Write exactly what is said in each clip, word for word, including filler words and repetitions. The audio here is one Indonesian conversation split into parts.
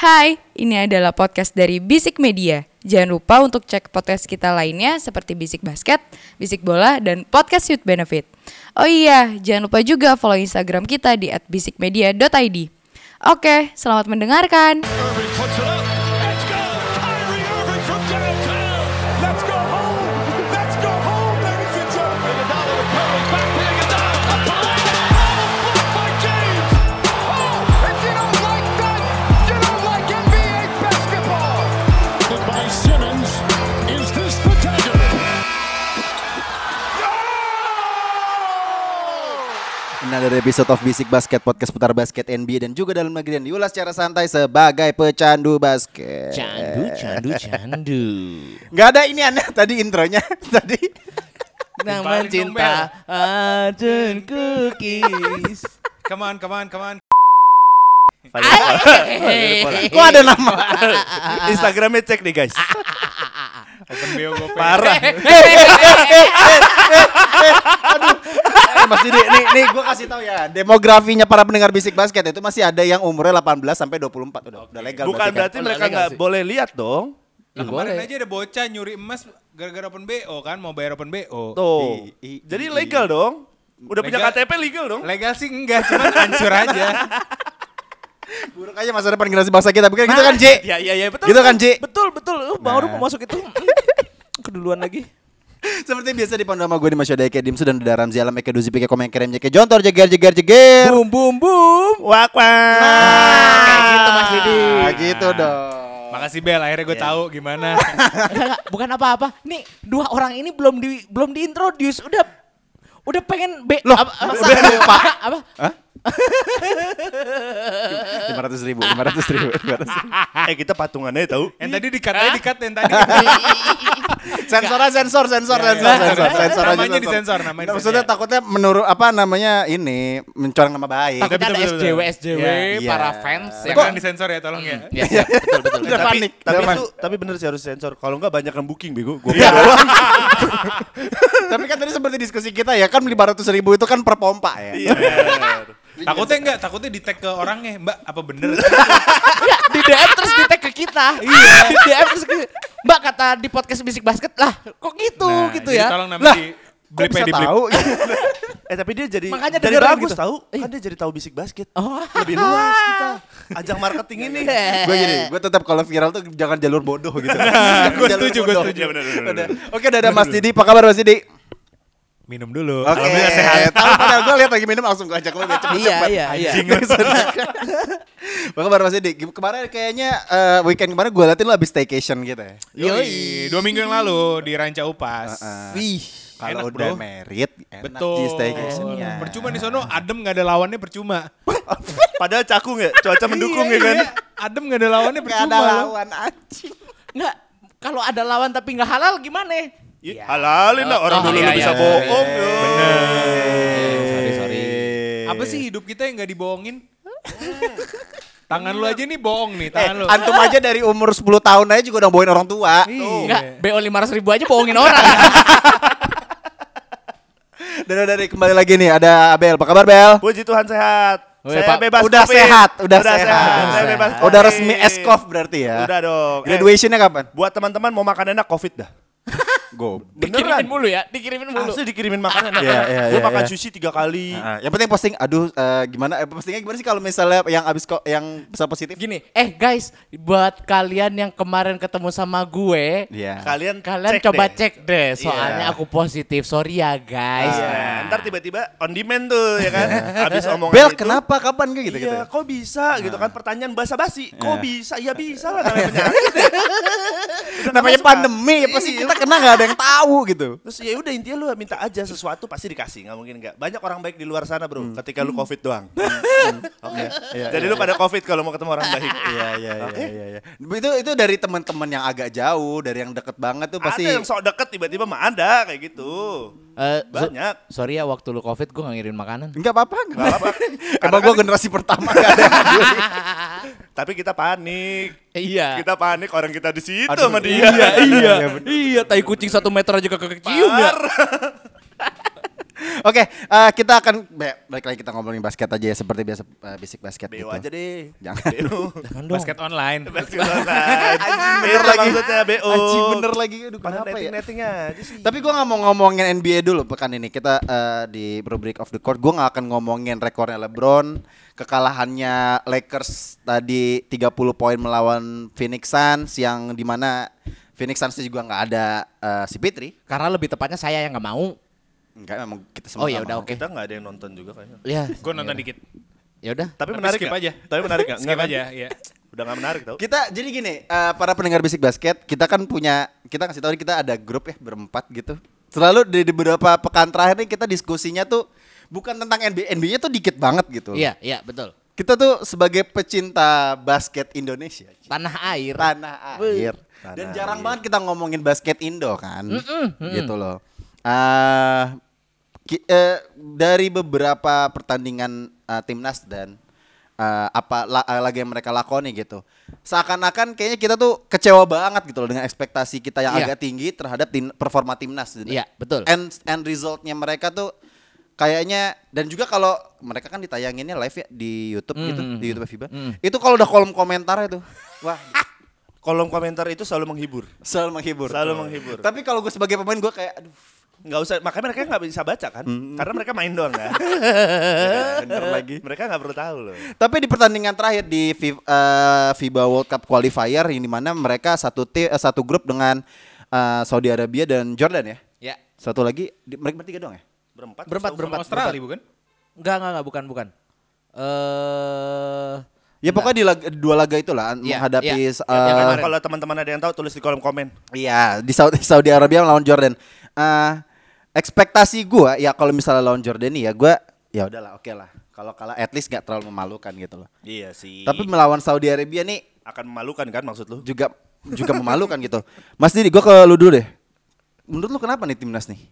Hai, ini adalah podcast dari Bisik Media. Jangan lupa untuk cek podcast kita lainnya seperti Bisik Basket, Bisik Bola, dan Podcast Youth Benefit. Oh iya, jangan lupa juga follow Instagram kita di at bisikmedia dot i d. Oke, selamat mendengarkan. Another episode of Bisik Basket, podcast putar basket N B A dan juga dalam negeri dan diulas secara santai sebagai pecandu basket. Candu, candu, candu. Gak ada ini aneh tadi intronya tadi. Namun cinta, adun cookies. Come on, come on, come on. Kok ada nama? Instagramnya cek nih guys. Open bio gue Parah. Aduh. Eh, Mas Didi, nih, nih gue kasih tahu ya, demografinya para pendengar Bisik Basket itu masih ada yang umurnya delapan belas sampai dua puluh empat udah, udah legal. Bukan berarti, kan? mereka nggak boleh lihat dong. Nah, kemarin aja ada bocah nyuri emas gara-gara open B O kan, mau bayar open B O. Tuh. I- i- Jadi i- legal dong. Udah punya Legal. K T P legal dong. Legal sih enggak, cuma hancur aja. Buruk aja masa depan generasi bangsa kita, bukan gitu kan J? Iya iya iya betul. Gitu kan, Ji? Betul betul. Uh, baru Nah. mau masuk itu. Keduluan lagi. Seperti biasa dipandu sama gue di Masyada Eke Dimsu dan Dada Ramzi Alam Eke Duzi Pike Komeng Kerem Jeke Jontor Jeger Jeger Jeger. Boom boom boom. Wak wak. Nah, Kayak gitu Mas Didi. Nah, gitu dong. Makasih Bel, akhirnya gue tahu gimana. Enggak, bukan apa-apa. Nih, dua orang ini belum di belum diintroduce, udah udah pengen be Loh, apa, masa lupa? apa? lima ratus ribu, lima ratus ribu, lima ratus ribu. Eh kita patungannya tahu. Yang tadi di-cut aja di-cut yang tadi. Sensornya sensor, sensor, Ya, sensor, ya. sensor, sensor aja Namanya sensor. disensor, namanya Nah, maksudnya disensor. takutnya menurut apa namanya ini mencoreng nama baik. Takutnya betul, ada betul, S J W betul. S J W Iya. para Iya. fans ya Jangan kan. disensor ya, tolong ya. Iya, iya, betul betul. Udah tapi, panik, tapi udah itu tapi bener sih harus sensor. Kalau enggak banyak yang booking bego. Gua Iya. Tapi kan tadi seperti diskusi kita ya kan lima ratus ribu itu kan per pompa ya. Iya. Takutnya enggak, takutnya di-tag ke orangnya. Mbak, apa bener? Enggak, di D M terus di tag ke kita. Iya, di D M terus ke- Mbak kata di podcast Bisik Basket lah, kok gitu Nah, gitu jadi ya. tolong Lah, namanya di Kok blip bisa di blip. tahu? Eh tapi dia jadi Makanya jadi dengerin bagus gitu. tahu. Iya. Kan dia jadi tahu Bisik Basket. Oh. Lebih luas kita. Ajang marketing ini. Gue gini, gue tetap kalau viral tuh jangan jalur bodoh gitu. Gue Jalur setuju, gue bodoh. setuju. Iya, bener, bener, Udah. bener. Oke, udah ada Mas Didi. Apa kabar Mas Didi? Minum dulu. Oke, Alhamdulillah sehat. tahu padahal gue lihat lagi minum langsung gue ajak lo biar cepet-cepet. Iya, iya, iya. Anjing. Apa kabar Mas Didi? Kemarin kayaknya eh, weekend kemarin gue liatin lo habis staycation gitu ya. Yoi, dua minggu yang lalu di Ranca Upas. Heeh. Wih. Kalau Enak, udah bro. merit, enak Betul. di staycationnya. Percuma di sono adem nggak ada lawannya percuma. Padahal cakung ya, cuaca mendukung ya kan. Iya, adem nggak ada lawannya Gak percuma. ada loh. lawan anjing. Enggak, kalau ada lawan tapi enggak halal gimana? Ya, halalin lah orang Oh, dulu iya, lu bisa iya, bohong. iya. yo. Eh, sorry sorry. Apa sih hidup kita yang nggak dibohongin? Tangan lu aja nih bohong nih, Eh, tangan lu. antum aja dari umur sepuluh tahun aja juga udah bohongin orang tua. Enggak, B O lima ratus ribu aja bohongin orang. Dan dari kembali lagi nih ada Abel. Apa kabar Bel? Puji Tuhan sehat. Woi, Saya Pak. bebas Udah Covid. sehat, udah sehat. Saya bebas Udah Covid. resmi eskov berarti ya. Udah dong. Eh, Graduationnya kapan? buat teman-teman mau makan enak Covid dah. Go. Dikirimin mulu ya, dikirimin mulu. Asli dikirimin makanan. Iya, iya, Gue iya, makan iya. sushi tiga kali. Nah, yang penting posting, aduh eh, gimana? Eh, postingnya gimana sih kalau misalnya yang abis kok yang pesan positif? Gini, eh guys, buat kalian yang kemarin ketemu sama gue, Iya. Kalian kalian cek coba deh. cek deh, soalnya Iya. aku positif. Sorry ya guys. Iya. Ntar tiba-tiba on demand tuh ya kan. Abis omongan Bel, itu. kenapa? Kapan kayak gitu Iya, gitu? kok bisa gitu kan pertanyaan basa-basi. Kok Iya. bisa? Ya bisa lah namanya penyakit. ya. Udah Namanya suka. pandemi, ya pasti Iya. kita kena nggak ada yang tahu gitu. Terus ya udah intinya lu minta aja sesuatu pasti dikasih, nggak mungkin nggak. Banyak orang baik di luar sana bro. Ketika lu covid doang. Oke. Iya, Jadi iya, lu pada covid kalau mau ketemu orang baik. Iya iya iya Oke. iya iya. Itu itu dari teman-teman yang agak jauh, dari yang deket banget tuh pasti. Ada yang sok deket tiba-tiba mah ada kayak gitu. Eh, so- Banyak. sorry ya waktu lu covid gue gak ngirim makanan. Enggak apa-apa, enggak Nggak apa-apa. apa-apa. Emang gua generasi pertama enggak ada yang peduli. Tapi kita panik. Iya. Kita panik orang kita di situ Aduh, sama dia. Iya, iya, iya, tai kucing satu meter aja kagak kecium ya. Oke, eh, kita akan be- balik lagi kita ngomongin basket aja ya seperti biasa uh, basic basket B O gitu. aja deh. Jangan. B O. Jangan dong. Basket online. Basket online. bener Itu lagi. maksudnya B O. Anjing bener lagi. Aduh, Pada kenapa ya? netting-netting aja sih. Tapi gue nggak mau ngomongin N B A dulu pekan ini. Kita eh, di rubrik off the court. Gue nggak akan ngomongin rekornya LeBron, kekalahannya Lakers tadi tiga puluh poin melawan Phoenix Suns yang dimana Phoenix Suns juga nggak ada eh, si Fitri. Karena lebih tepatnya saya yang nggak mau. Enggak, memang kita semua. Oh ya nggak udah mau. oke. Kita nggak ada yang nonton juga kayaknya. Ya. Gue nonton dikit. Ya udah. Tapi Tapi menarik skip nggak? aja. Tapi menarik nggak? Skip Nggak kan? aja, iya. Udah nggak menarik tau? Kita jadi gini, eh, para pendengar Basic Basket, kita kan punya, kita kasih tahu nih, kita ada grup ya berempat gitu. Selalu di, di beberapa pekan terakhir nih kita diskusinya tuh bukan tentang N B A, N B A-nya tuh dikit banget gitu. Iya, iya betul. Kita tuh sebagai pecinta basket Indonesia, Tanah air. tanah air. Tanah Dan jarang air. banget kita ngomongin basket Indo kan, gitu loh. Eh, ki- eh, dari beberapa pertandingan eh, timnas dan eh, apa la- eh, lagi yang mereka lakoni gitu, seakan-akan kayaknya kita tuh kecewa banget gitu loh dengan ekspektasi kita yang Iya. agak tinggi terhadap tim, performa timnas. Iya, betul. And end resultnya mereka tuh kayaknya, dan juga kalau mereka kan ditayanginnya live ya di YouTube gitu, Mm, di YouTube FIBA. mm. Itu kalau udah kolom komentar itu, wah, Kolom komentar itu selalu menghibur. selalu menghibur. Selalu menghibur. Tapi kalau gue sebagai pemain gue kayak, aduh, Nggak usah, makanya mereka nggak bisa baca kan? Karena mereka main doang kan? bener lagi. Mereka nggak perlu tahu loh. Tapi di pertandingan terakhir di Fi- eh, FIBA World Cup Qualifier yang dimana mereka satu tim, eh, satu grup dengan eh, Saudi Arabia dan Jordan ya. Ya. Satu lagi, di, mereka bertiga doang ya. Berempat. Berempat, setahu berempat. gua. Australia bukan? Enggak, enggak, enggak, bukan, bukan. Eh Ya pokoknya di laga- dua laga itulah Iya, menghadapi iya. eh, Yang kemarin. Kalau teman-teman ada yang tahu tulis di kolom komen. iya di Saudi, Saudi Arabia melawan Jordan. Eh, ekspektasi gua ya kalau misalnya lawan Jordan nih ya gua ya udahlah oke lah. Kalau kalah at least gak terlalu memalukan gitu loh. Iya sih. Tapi melawan Saudi Arabia nih akan memalukan kan maksud lu? juga juga memalukan gitu. Mas Didi, gua ke lu dulu deh. Menurut lu kenapa nih timnas nih?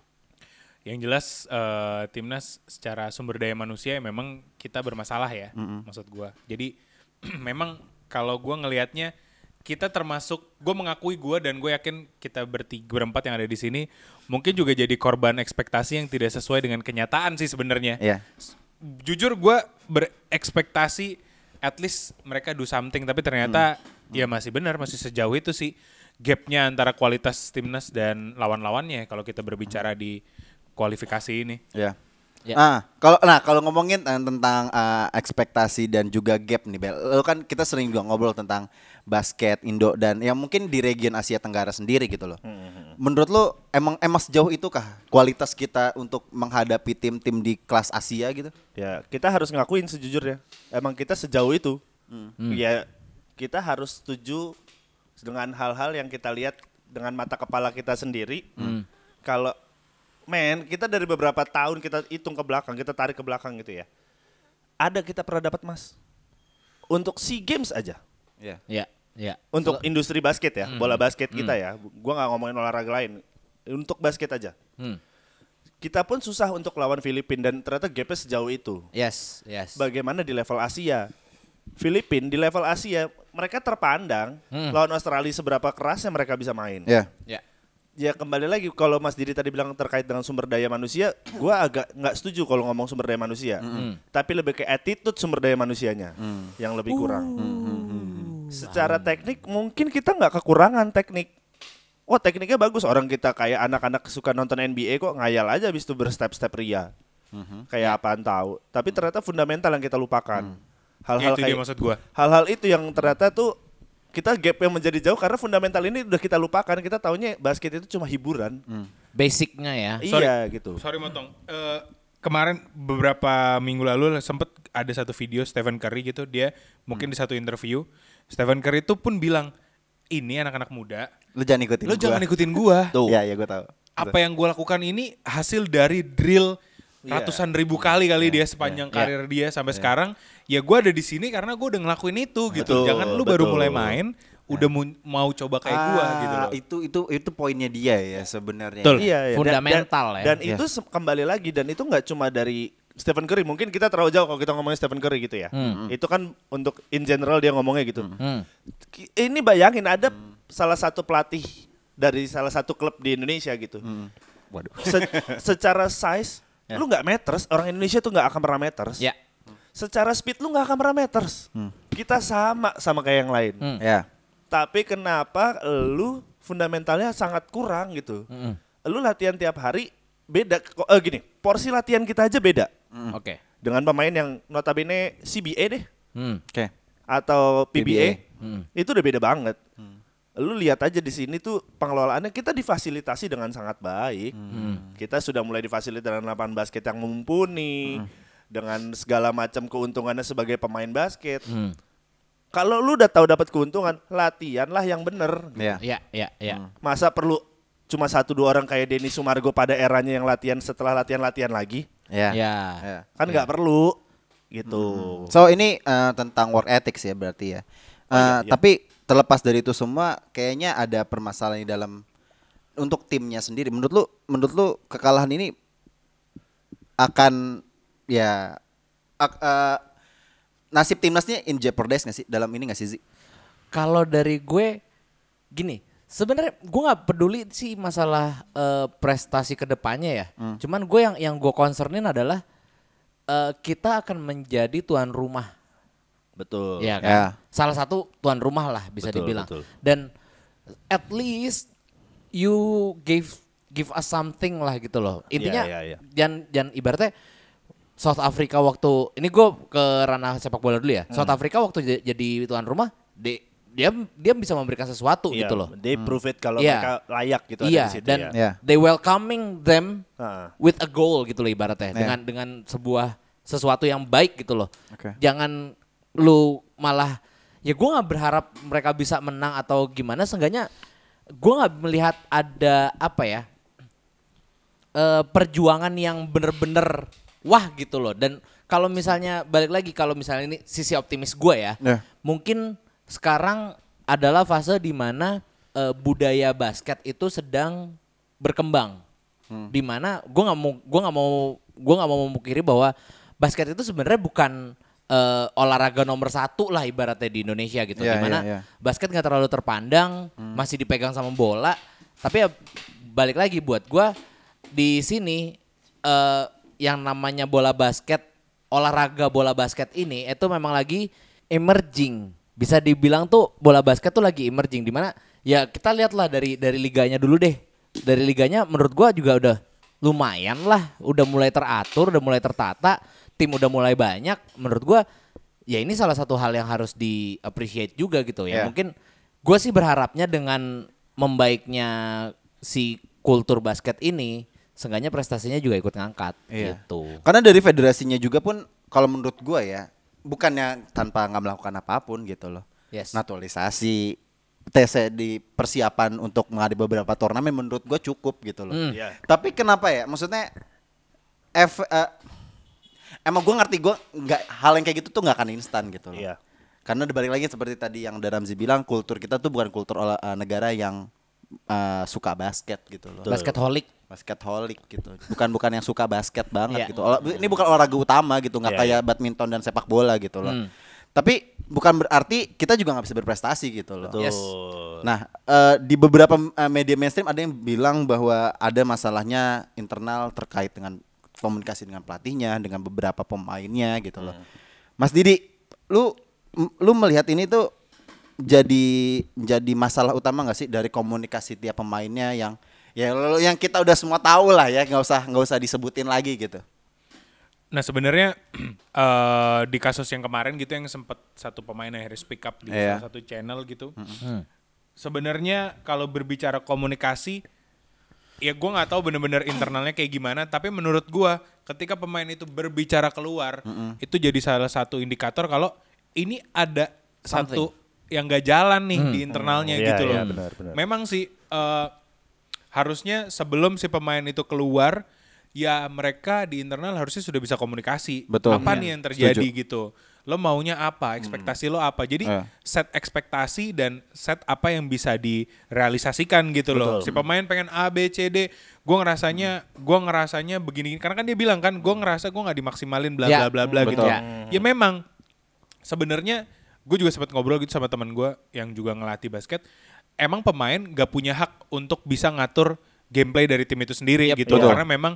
Yang jelas eh, timnas secara sumber daya manusia ya memang kita bermasalah ya, maksud gua. Jadi memang kalau gua ngelihatnya kita termasuk, gue mengakui gue dan gue yakin kita bertiga berempat yang ada di sini mungkin juga jadi korban ekspektasi yang tidak sesuai dengan kenyataan sih sebenarnya. Iya. Jujur gue berekspektasi at least mereka do something, tapi ternyata ya masih benar, masih sejauh itu sih gapnya antara kualitas timnas dan lawan-lawannya kalau kita berbicara di kualifikasi ini. Ya. Ya. Ah, kalau nah kalau ngomongin eh, tentang eh, ekspektasi dan juga gap nih Bel. Lu kan kita sering juga ngobrol tentang basket Indo dan yang mungkin di region Asia Tenggara sendiri gitu loh. Menurut lu emang emang sejauh itu kah kualitas kita untuk menghadapi tim-tim di kelas Asia gitu? Ya, kita harus ngakuin sejujurnya. Emang kita sejauh itu. Ya, kita harus setuju dengan hal-hal yang kita lihat dengan mata kepala kita sendiri. Kalau men, kita dari beberapa tahun kita hitung ke belakang, kita tarik ke belakang gitu ya. Ada kita pernah dapat emas. Untuk SEA Games aja. Iya. Ya, ya. Untuk industri basket ya, bola basket kita ya. Gua nggak ngomongin olahraga lain. Untuk basket aja. Hmm. Kita pun susah untuk lawan Filipina dan ternyata gapnya sejauh itu. Yes, yes. Bagaimana di level Asia? Filipina di level Asia mereka terpandang Hmm. lawan Australia seberapa kerasnya mereka bisa main. Ya. Ya. Ya kembali lagi kalau Mas Didi tadi bilang terkait dengan sumber daya manusia, gua agak nggak setuju kalau ngomong sumber daya manusia. Tapi lebih ke attitude sumber daya manusianya yang lebih kurang. Secara teknik mungkin kita nggak kekurangan teknik. Wah tekniknya bagus, orang kita kayak anak-anak suka nonton N B A kok ngayal aja habis itu berstep-step ria. Kayak apaan tahu. Tapi ternyata fundamental yang kita lupakan. Hal-hal Itu dia kayak maksud gua. hal-hal itu yang ternyata tuh kita gap yang menjadi jauh karena fundamental ini udah kita lupakan. Kita taunya basket itu cuma hiburan. Basicnya ya. Iya gitu. Sorry motong. Eh, kemarin beberapa minggu lalu sempet ada satu video Stephen Curry gitu, dia mungkin di satu interview Stephen Curry itu pun bilang, ini anak-anak muda, Lu jangan ikutin lo gua. jangan ikutin gua. Tuh. Iya, iya gua tahu. Apa yang gua lakukan ini hasil dari drill Iya. ratusan ribu kali kali dia sepanjang iya. karir dia sampai sekarang. Ya gua ada di sini karena gua udah ngelakuin itu gitu. Betul, Jangan lu baru betul. mulai main udah mu- mau coba kayak gua Ah, gitu loh. Itu itu itu poinnya dia ya sebenarnya. Betul. Iya, iya. Dan- Fundamental dan, ya. Dan Iya. itu se- kembali lagi dan itu nggak cuma dari Stephen Curry. Mungkin kita terlalu jauh kalau kita ngomongin Stephen Curry gitu ya. Itu kan untuk in general dia ngomongnya gitu. Hmm. Ki- Ini bayangin ada salah satu pelatih dari salah satu klub di Indonesia gitu. Waduh. Se- secara size lu nggak meters, orang Indonesia tuh nggak akan pernah meters. Ya. Secara speed lu nggak akan pernah meters. Hmm. Kita sama sama kayak yang lain. Hmm. Ya. Tapi kenapa lu fundamentalnya sangat kurang gitu? Mm-mm. Lu latihan tiap hari beda. Kok eh, gini, porsi latihan kita aja beda. Oke. Dengan pemain yang notabene C B A deh Hmm. Oke. atau P B A, Hmm. itu udah beda banget. Lu lihat aja di sini tuh pengelolaannya kita difasilitasi dengan sangat baik. Hmm. Kita sudah mulai difasilitasi dengan lapangan basket yang mumpuni, dengan segala macam keuntungannya sebagai pemain basket. Hmm. Kalau lu udah tahu dapat keuntungan, latihanlah yang bener. Ya. Ya, ya, ya. Masa perlu cuma satu dua orang kayak Denny Sumargo pada eranya yang latihan setelah latihan-latihan lagi? Ya. Ya. Ya. Kan nggak perlu gitu. So ini eh, tentang work ethics ya berarti ya. Eh, Oh, iya, iya. Tapi terlepas dari itu semua, kayaknya ada permasalahan di dalam untuk timnya sendiri. Menurut lu, menurut lu kekalahan ini akan ya ak- eh, nasib timnasnya in jeopardize nggak sih dalam ini nggak sih, Zi? Kalau dari gue gini, sebenarnya gue nggak peduli sih masalah eh, prestasi kedepannya ya. Cuman gue yang yang gue concernin adalah eh, kita akan menjadi tuan rumah, Betul. ya kan? Ya. Salah satu tuan rumah lah bisa Betul, dibilang. betul. Dan at least you give give us something lah gitu loh. Intinya Iya, iya, iya. jangan jangan ibaratnya South Africa waktu ini gue ke ranah sepak bola dulu ya. Hmm. South Africa waktu j- jadi tuan rumah, di- dia dia bisa memberikan sesuatu Iya, gitu loh. They prove it kalau Iya. mereka layak gitu ada Iya, di situ dan ya. Ya. they welcoming them Ah. with a goal gitu loh ibaratnya, Iya. dengan dengan sebuah sesuatu yang baik gitu loh. Oke. Jangan lu malah ya gue nggak berharap mereka bisa menang atau gimana, seenggaknya gue nggak melihat ada apa ya eh, perjuangan yang bener-bener wah gitu loh. Dan kalau misalnya balik lagi, kalau misalnya ini sisi optimis gue ya, Ya. mungkin sekarang adalah fase di mana eh, budaya basket itu sedang berkembang. Di mana gue nggak mau gue nggak mau gue nggak mau memungkiri bahwa basket itu sebenarnya bukan eh, olahraga nomor satu lah ibaratnya di Indonesia gitu. Iya, Di mana iya, iya. basket nggak terlalu terpandang, masih dipegang sama bola. Tapi ya balik lagi buat gue di sini eh, yang namanya bola basket, olahraga bola basket ini itu memang lagi emerging. Bisa dibilang tuh bola basket tuh lagi emerging, di mana ya kita lihatlah dari dari liganya dulu deh. Dari liganya menurut gua juga udah lumayan lah, udah mulai teratur, udah mulai tertata, tim udah mulai banyak. Menurut gua ya ini salah satu hal yang harus di appreciate juga gitu ya. Yeah. Mungkin gua sih berharapnya dengan membaiknya si kultur basket ini, seenggaknya prestasinya juga ikut ngangkat Iya. gitu. Karena dari federasinya juga pun kalau menurut gua ya, bukannya tanpa nggak melakukan apapun gitu loh. Yes. Naturalisasi, T C di persiapan untuk menghadapi beberapa turnamen menurut gua cukup gitu loh. Hmm. Iya. Tapi kenapa ya? Maksudnya F, eh, emang gua ngerti gua nggak hal yang kayak gitu tuh nggak akan instan gitu loh. Iya. Karena balik lagi seperti tadi yang Daramzi bilang, kultur kita tuh bukan kultur olah, eh, negara yang eh, suka basket gitu loh. Basketholic. Basketholic gitu. Bukan bukan yang suka basket banget Iya. gitu. Olah- ini bukan olahraga utama gitu, nggak Iya, kayak badminton dan sepak bola gitu loh. Hmm. Tapi bukan berarti kita juga nggak bisa berprestasi gitu loh. Betul. Yes. Nah, eh, di beberapa eh, media mainstream ada yang bilang bahwa ada masalahnya internal terkait dengan komunikasi dengan pelatihnya, dengan beberapa pemainnya gitu loh. Mas Didi, lu m- lu melihat ini tuh jadi jadi masalah utama nggak sih dari komunikasi tiap pemainnya yang ya lo- yang kita udah semua tahu lah ya, nggak usah nggak usah disebutin lagi gitu. Nah sebenarnya eh, di kasus yang kemarin gitu yang sempat satu pemain akhirnya speak up di Iya. salah satu channel gitu. Hmm. Sebenarnya kalau berbicara komunikasi, ya gue nggak tahu bener-bener internalnya kayak gimana. Tapi menurut gue, ketika pemain itu berbicara keluar, itu jadi salah satu indikator kalau ini ada satu yang gak jalan nih di internalnya Iya, gitu loh. iya, benar, benar. Memang sih eh, harusnya sebelum si pemain itu keluar, ya mereka di internal harusnya sudah bisa komunikasi. Betul. Apa Iya. nih yang terjadi Setuju. gitu. Lo maunya apa, ekspektasi lo apa. Jadi Iya. set ekspektasi dan set apa yang bisa direalisasikan gitu loh. Betul. Si pemain pengen A, B, C, D. Gue ngerasanya, gue ngerasanya begini. Karena kan dia bilang kan, gue ngerasa gue nggak dimaksimalin bla Ya, bla bla bla gitu. betul. Ya memang sebenarnya gue juga sempat ngobrol gitu sama teman gue yang juga ngelatih basket. Emang pemain gak punya hak untuk bisa ngatur gameplay dari tim itu sendiri Yep, gitu. betul. Karena memang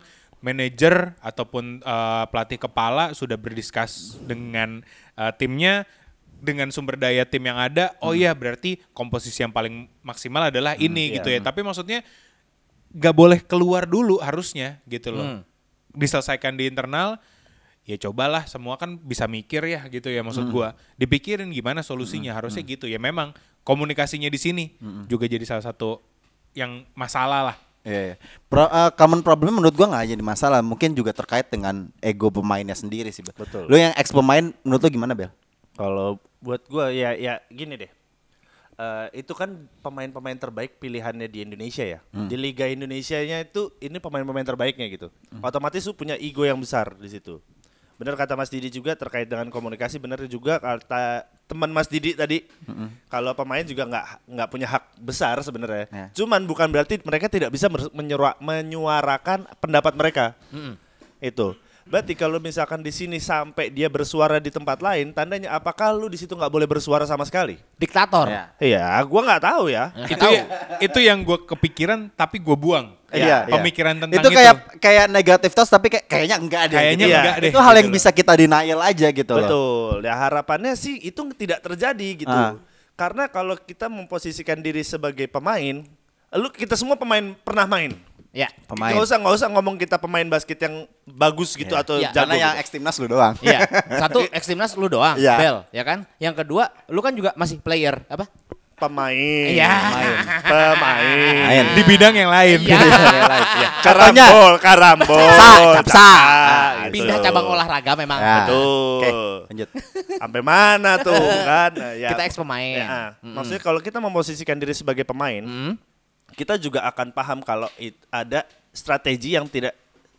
manajer ataupun uh, pelatih kepala sudah berdiskus dengan uh, timnya, dengan sumber daya tim yang ada, oh iya berarti komposisi yang paling maksimal adalah ini gitu ya. Tapi maksudnya gak boleh keluar dulu harusnya gitu loh. Diselesaikan di internal, ya cobalah, semua kan bisa mikir ya gitu ya maksud gua. Dipikirin gimana solusinya, harusnya gitu ya. Memang komunikasinya di sini juga jadi salah satu yang masalah lah. Iya, iya. Pro, uh, common problem menurut gua nggak jadi masalah, mungkin juga terkait dengan ego pemainnya sendiri sih, Bel. Betul. Lu yang ex pemain, menurut lu gimana, Bel? Kalau buat gua ya ya gini deh. Uh, itu kan pemain-pemain terbaik pilihannya di Indonesia ya. Hmm. Di Liga Indonesianya itu ini pemain-pemain terbaiknya gitu. Hmm. Otomatis lu punya ego yang besar di situ. Benar kata Mas Didi juga terkait dengan komunikasi, benar juga kata teman Mas Didi tadi. Mm-hmm. Kalau pemain juga nggak nggak punya hak besar sebenarnya. Yeah. Cuman bukan berarti mereka tidak bisa menyuara, menyuarakan pendapat mereka. Mm-hmm. Itu. Berarti kalau misalkan di sini sampai dia bersuara di tempat lain, tandanya apakah lu di situ nggak boleh bersuara sama sekali? Diktator. Iya, ya, gua nggak tahu ya. Itu ya, itu yang gue kepikiran tapi gue buang. Iya, pemikiran iya. tentang itu kayak itu. kayak negatif terus tapi kayak kayaknya enggak deh. Kayaknya gitu. enggak Ya. deh. Itu hal yang gitu bisa kita denial aja gitu Betul. loh. Betul. Ya harapannya sih itu tidak terjadi gitu. Ah. Karena kalau kita memposisikan diri sebagai pemain, lu kita semua pemain pernah main. Ya, pemain. Gak usah nggak usah ngomong kita pemain basket yang bagus gitu ya. atau ya, jago. Karena yang gitu. ex timnas lu doang. Iya. Satu ex timnas lu doang, Ya. Bel, ya kan? Yang kedua, lu kan juga masih player apa? Pemain. Iya. Pemain. Pemain. Main. Di bidang yang lain. Iya. Ya. Contohnya. Karambol, karambol. Sa, capsa. capsa, gitu. Pindah cabang olahraga memang. Ya. Betul. Oke, lanjut. Sampai mana tuh kan? Nah, ya. Kita ex pemain. Ya, Mm-mm. maksudnya kalau kita memposisikan diri sebagai pemain, Mm. kita juga akan paham kalau it, ada strategi yang tidak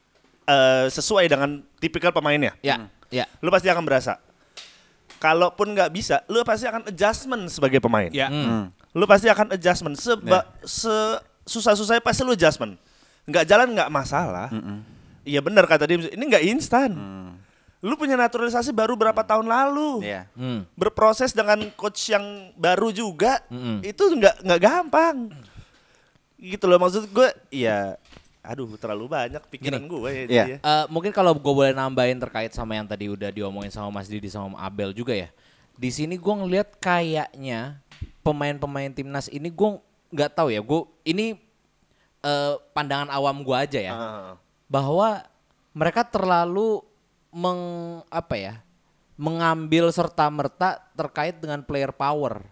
uh, sesuai dengan tipikal pemainnya. Ya, ya. Lu pasti akan berasa. Kalaupun nggak bisa, lu pasti akan adjustment sebagai pemain. Ya. Hmm. Lu pasti akan adjustment. Seba, se susah-susahnya pasti lu adjustment. Nggak jalan nggak masalah. Iya benar kata dia. Ini nggak instan. Hmm. Lu punya naturalisasi baru berapa tahun lalu. Iya. Hmm. Berproses dengan coach yang baru juga. Mm-mm. Itu nggak nggak gampang. Gitu loh maksud gue. Iya. Aduh terlalu banyak pikiran Gini. gue ya. Iya. dia. Eh, mungkin kalau gue boleh nambahin terkait sama yang tadi udah diomongin sama Mas Didi sama Abel juga ya. Di sini gue ngelihat kayaknya pemain-pemain timnas ini gue nggak tahu ya. Gue ini eh, pandangan awam gue aja ya. Ah. Bahwa mereka terlalu meng apa ya? Mengambil serta merta terkait dengan player power.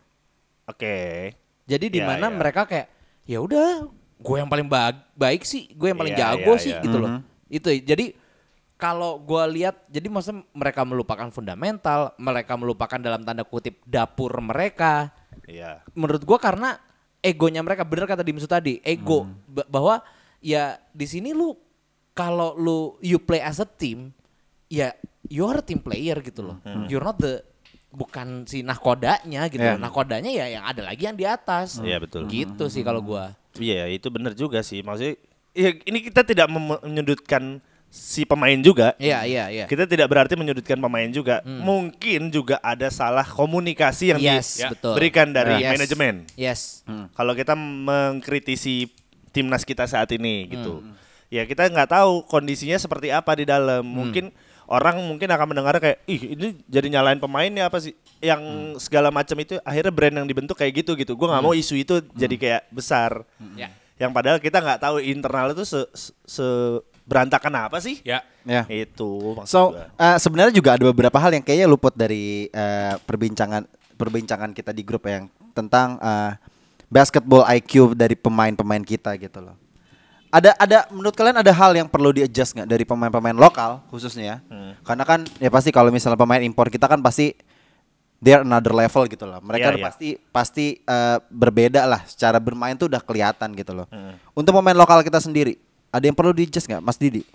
Oke. Jadi di Ya, mana ya. mereka kayak ya udah gue yang paling ba- baik sih, gue yang paling Iya, jago iya, sih iya. gitu loh. Mhm. Itu jadi kalau gue lihat jadi maksudnya mereka melupakan fundamental, mereka melupakan dalam tanda kutip dapur mereka. Iya. Menurut gue karena egonya mereka bener kata Dimsu tadi, ego Ba- bahwa ya di sini lu kalau lu you play as a team, ya you are a team player gitu loh. You're not the bukan si nahkodanya gitu. Yeah. loh. Nahkodanya ya yang ada lagi yang di atas. Iya, betul. Gitu sih kalau gua. Iya itu benar juga sih. Maksudnya ya, ini kita tidak mem- menyudutkan si pemain juga. Iya, iya, iya. Kita tidak berarti menyudutkan pemain juga. Mungkin juga ada salah komunikasi yang Yes, Ya. betul. diberikan dari Yes. manajemen. Yes. Kalau kita mengkritisi timnas kita saat ini gitu. Ya kita nggak tahu kondisinya seperti apa di dalam. Mungkin orang mungkin akan mendengar kayak ih ini jadi nyalain pemainnya apa sih? Yang segala macam itu akhirnya brand yang dibentuk kayak gitu gitu. Gue nggak mau isu itu jadi kayak besar. Ya. Yang padahal kita nggak tahu internal itu se, se- se- berantakan apa sih? Ya. Ya. Itu maksud So gua. uh, sebenarnya juga ada beberapa hal yang kayaknya luput dari uh, perbincangan perbincangan kita di grup yang tentang uh, basketball I Q dari pemain-pemain kita gitu loh. Ada ada menurut kalian ada hal yang perlu di-adjust nggak dari pemain-pemain lokal khususnya? Hmm. Karena kan ya pasti kalau misalnya pemain impor kita kan pasti they're another level gitu loh. Mereka Iya, iya. pasti pasti uh, berbeda lah secara bermain tuh udah kelihatan gitu loh. Hmm. Untuk pemain lokal kita sendiri ada yang perlu di-adjust nggak, Mas Didi?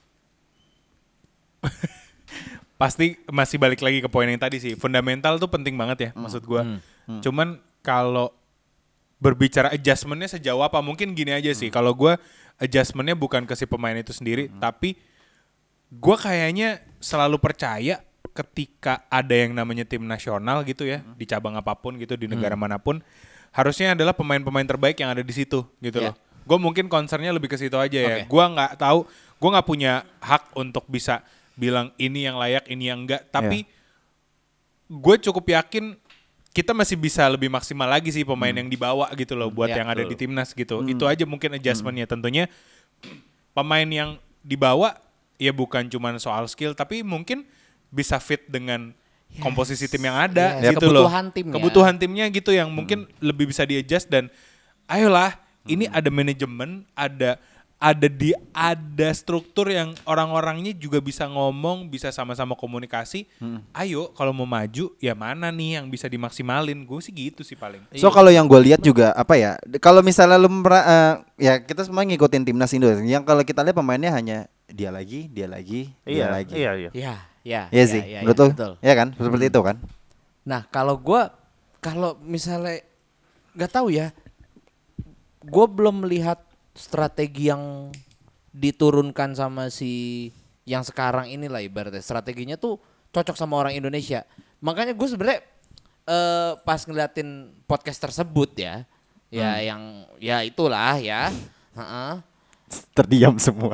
Pasti masih balik lagi ke poin yang tadi sih. Fundamental tuh penting banget ya maksud gua. Cuman kalau berbicara adjustmentnya sejauh apa, mungkin gini aja sih. Kalau gua adjustmentnya bukan ke si pemain itu sendiri, tapi gua kayaknya selalu percaya ketika ada yang namanya tim nasional gitu ya, di cabang apapun gitu, di negara manapun, harusnya adalah pemain-pemain terbaik yang ada di situ gitu Ya. loh. gue mungkin concernnya lebih ke situ aja ya. Oke. Gue nggak tahu, gue nggak punya hak untuk bisa bilang ini yang layak, ini yang enggak. Tapi gue cukup yakin kita masih bisa lebih maksimal lagi sih pemain yang dibawa gitu loh buat Ya, yang ada betul. di timnas gitu. Itu aja mungkin adjustmentnya. Tentunya pemain yang dibawa ya bukan cuma soal skill, tapi mungkin bisa fit dengan komposisi tim yang ada Yes. gitu loh. Kebutuhan timnya. Kebutuhan timnya gitu yang mungkin lebih bisa di-adjust dan ayolah ini ada manajemen, ada ada di ada struktur yang orang-orangnya juga bisa ngomong, bisa sama-sama komunikasi. Ayo kalau mau maju ya mana nih yang bisa dimaksimalin. Gue sih gitu sih paling. So kalau yang gue lihat juga apa ya? Kalau misalnya lu mera- eh, ya kita semua ngikutin timnas Indo. Yang kalau kita lihat pemainnya hanya dia lagi, dia lagi, dia Iya, lagi. iya, iya. Iya, iya. Iya sih, iya, menurut iya, lu? betul. Iya kan? Seperti itu kan? Nah, kalau gua kalau misalnya nggak tahu ya, gue belum melihat strategi yang diturunkan sama si yang sekarang inilah ibaratnya strateginya tuh cocok sama orang Indonesia. Makanya gue sebenarnya eh, pas ngeliatin podcast tersebut ya, ya yang ya itulah ya. Heeh. Terdiam semua.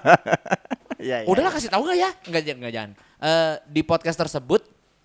Ya, ya. Udahlah kasih tahu nggak ya? Nggak jangan, nggak jangan. Eh, di podcast tersebut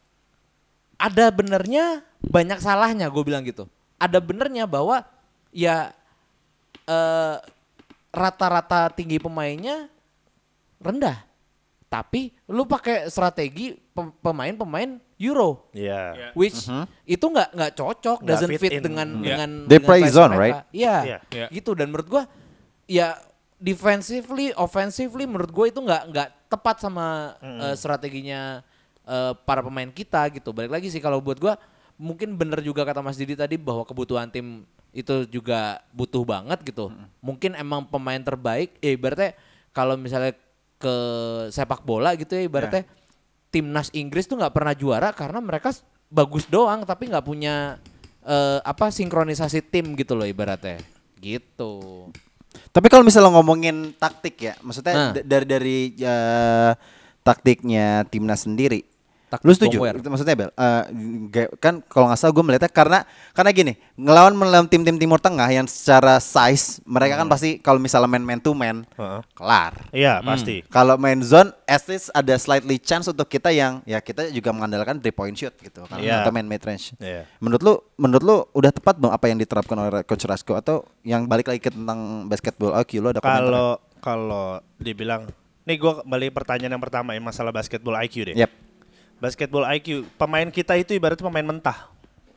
ada benernya banyak salahnya gue bilang gitu. Ada benernya bahwa ya eh, rata-rata tinggi pemainnya rendah. Tapi lu pakai strategi pem- pemain-pemain Euro, Iya. which itu nggak nggak cocok, Nggak doesn't fit fit in. dengan Iya. dengan They dengan play size zone, mereka. right? Iya, Iya. Iya. gitu. Dan menurut gua ya defensively, offensively menurut gue itu nggak nggak tepat sama eh, strateginya eh, para pemain kita gitu. Balik lagi sih kalau buat gua mungkin bener juga kata Mas Didi tadi bahwa kebutuhan tim itu juga butuh banget gitu. Mungkin emang pemain terbaik, ya ibaratnya kalau misalnya ke sepak bola gitu ya ibaratnya timnas Inggris tuh nggak pernah juara karena mereka s- bagus doang tapi nggak punya eh, apa sinkronisasi tim gitu loh ibaratnya. Gitu. Tapi kalau misalnya ngomongin taktik ya, maksudnya Nah. d- dari dari eh, taktiknya timnas sendiri. Taktik Lu setuju? Bongwer. Itu maksudnya Bel, eh, ga- kan kalau nggak salah gue melihatnya karena karena gini, ngelawan melawan tim-tim Timur Tengah yang secara size mereka kan pasti kalau misalnya main man to man Heeh. kelar. Iya, pasti. Kalau main zone, at least ada slightly chance untuk kita yang ya kita juga mengandalkan three point shoot gitu kan Iya. atau main mid range. Iya. Menurut lu, menurut lu udah tepat dong apa yang diterapkan oleh Coach Rasko atau yang balik lagi ke tentang basketball I Q lu ada komentar? Kalau kalau dibilang, nih gue kembali pertanyaan yang pertama ya masalah basketball I Q deh. Yep. Basketball I Q, pemain kita itu ibaratnya pemain mentah.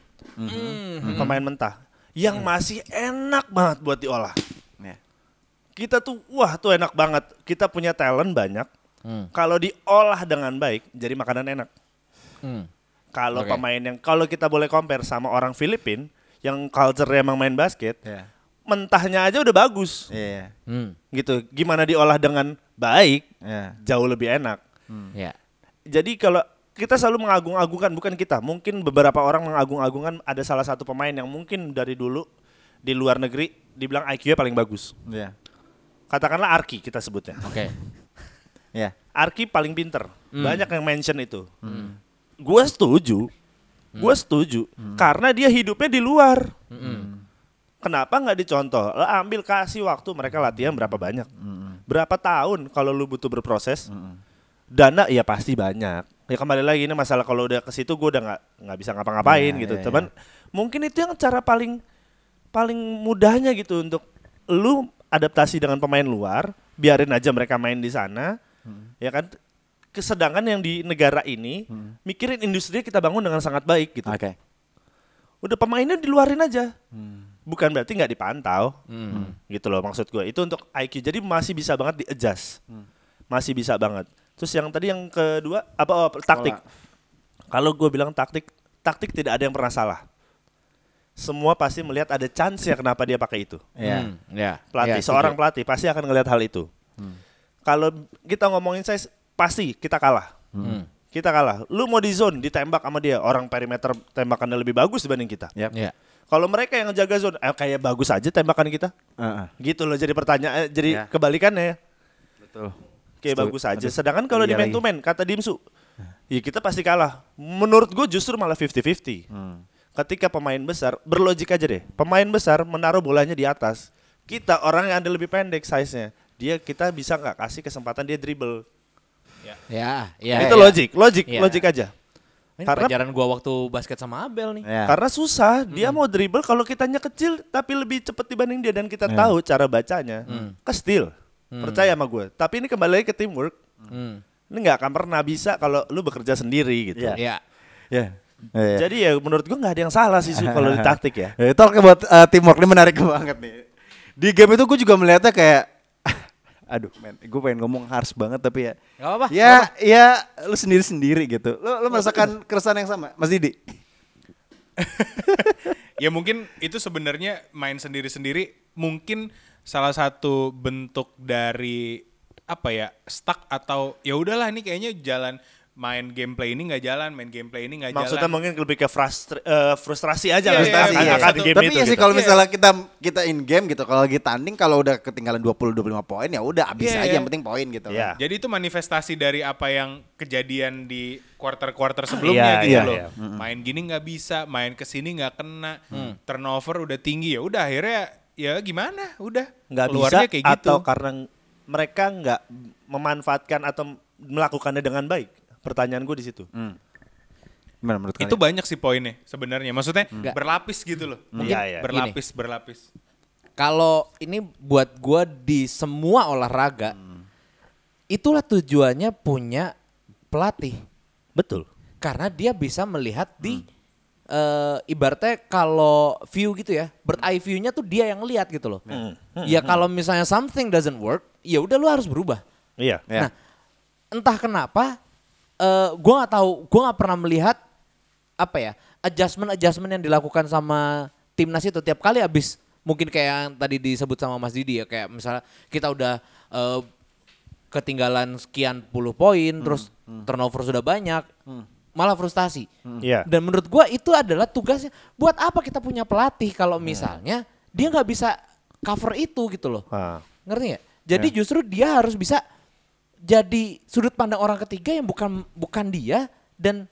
Pemain mentah yang masih enak banget buat diolah. Ya. Kita tuh wah tuh enak banget. Kita punya talent banyak. Hmm. Kalau diolah dengan baik jadi makanan enak. Hmm. Kalau Oke. pemain yang kalau kita boleh compare sama orang Filipin yang culture emang main basket, Ya. mentahnya aja udah bagus. Iya. Hmm. Gitu. Gimana diolah dengan baik Ya. jauh lebih enak. Ya. Jadi kalau kita selalu mengagung-agungkan, bukan kita, mungkin beberapa orang mengagung-agungkan ada salah satu pemain yang mungkin dari dulu di luar negeri dibilang I Q-nya paling bagus. Iya. Katakanlah Arki kita sebutnya. Oke. Iya. Arki paling pinter. Banyak yang mention itu. Gue setuju. Gue setuju. Karena dia hidupnya di luar. Kenapa nggak dicontoh? Lo ambil kasih waktu mereka latihan berapa banyak? Berapa tahun kalau lu butuh berproses? Dana ya pasti banyak. Ya kembali lagi ini masalah kalau udah ke situ gue udah nggak nggak bisa ngapa-ngapain Ya, gitu. ya, Teman, mungkin itu yang cara paling paling mudahnya gitu untuk lu adaptasi dengan pemain luar, biarin aja mereka main di sana. Ya kan? Kesedangkan yang di negara ini mikirin industri kita bangun dengan sangat baik gitu. Oke. Udah pemainnya diluarin aja. Bukan berarti nggak dipantau. Gitu loh maksud gue. Itu untuk I Q. Jadi masih bisa banget di-adjust. Masih bisa banget. Terus yang tadi yang kedua apa oh, taktik. Kalau gue bilang taktik, taktik tidak ada yang pernah salah. Semua pasti melihat ada chance ya kenapa dia pakai itu. Iya. Hmm. Ya. Pelatih, Ya, seorang setuju. pelatih pasti akan ngelihat hal itu. Kalau kita ngomongin size, pasti kita kalah. Hmm. Kita kalah. Lu mau di zone ditembak sama dia, orang perimeter tembakannya lebih bagus dibanding kita. Yep. Ya. Kalau mereka yang jaga zone, eh, kayak bagus aja tembakan kita. Heeh. Gitu loh jadi pertanyaan, eh, jadi Ya. kebalikannya. Betul. Kayak Setuju. bagus aja. Aduh. Sedangkan kalau di Iya man lagi. to man, kata Dimsu, ya kita pasti kalah. Menurut gue justru malah fifty fifty. Hmm. Ketika pemain besar, berlogik aja deh. Pemain besar menaruh bolanya di atas. Kita orang yang ada lebih pendek size-nya. Dia kita bisa nggak kasih kesempatan dia dribble. Ya, ya. itu ya. logik, logik, Iya. logik aja. Ini Karena- pelajaran gua waktu basket sama Abel nih. Ya. Karena susah, dia mau dribble kalau kitanya kecil tapi lebih cepat dibanding dia dan kita tahu cara bacanya. Ke steal. Percaya sama gue. Tapi ini kembali lagi ke teamwork. Hmm. Ini nggak akan pernah bisa kalau lu bekerja sendiri gitu. Iya. Ya. Ya. Ya. Jadi ya menurut gue nggak ada yang salah sih Su, kalau di taktik ya. Eh, talk about uh, teamwork ini menarik banget nih. Di game itu gue juga melihatnya kayak, aduh, men, gue pengen ngomong harsh banget tapi ya, Gak apa-apa. ya, ya, lu sendiri sendiri gitu. Lu, lu merasakan keresahan yang sama, Mas Didi? Ya mungkin itu sebenarnya main sendiri-sendiri mungkin salah satu bentuk dari apa ya stuck atau ya udahlah ini kayaknya jalan main gameplay ini nggak jalan, main gameplay ini nggak jalan. Maksudnya mungkin lebih ke frustra- eh, frustrasi aja Iya, lah iya, akan, iya. akan Satu- game Tapi itu. ya sih gitu. kalau Iya. misalnya kita kita in game gitu, kalau lagi tanding kalau udah ketinggalan dua puluh dua puluh lima poin ya udah abis Iya, aja iya. yang penting poin gitu. Iya. kan. Jadi itu manifestasi dari apa yang kejadian di quarter-quarter sebelumnya Iya, gitu iya, loh. iya. Main gini nggak bisa, main kesini nggak kena, turnover udah tinggi ya udah akhirnya ya gimana, udah Nggak bisa keluarnya kayak gitu. atau karena mereka nggak memanfaatkan atau melakukannya dengan baik. Pertanyaan gue di situ. Hmm. Gimana menurut Itu kalian? banyak sih poinnya sebenarnya. Maksudnya Nggak. berlapis gitu loh. Mungkin Iya, iya. berlapis, berlapis. Kalau ini buat gua di semua olahraga, itulah tujuannya punya pelatih. Betul. Karena dia bisa melihat di eh, ibaratnya kalau view gitu ya, bird eye view-nya tuh dia yang lihat gitu loh. Hmm. Ya kalau misalnya something doesn't work, ya udah lu harus berubah. Iya. Ya. Nah, entah kenapa, eh gua nggak tahu, gua nggak pernah melihat apa ya adjustment adjustment yang dilakukan sama timnas itu tiap kali abis mungkin kayak yang tadi disebut sama Mas Didi ya, kayak misalnya kita udah eh, ketinggalan sekian puluh poin, terus turnover sudah banyak, malah frustasi. Iya. Dan menurut gua itu adalah tugasnya. Buat apa kita punya pelatih kalau misalnya dia nggak bisa cover itu gitu loh. Ah. Ngerti nggak? Jadi justru dia harus bisa jadi sudut pandang orang ketiga yang bukan bukan dia dan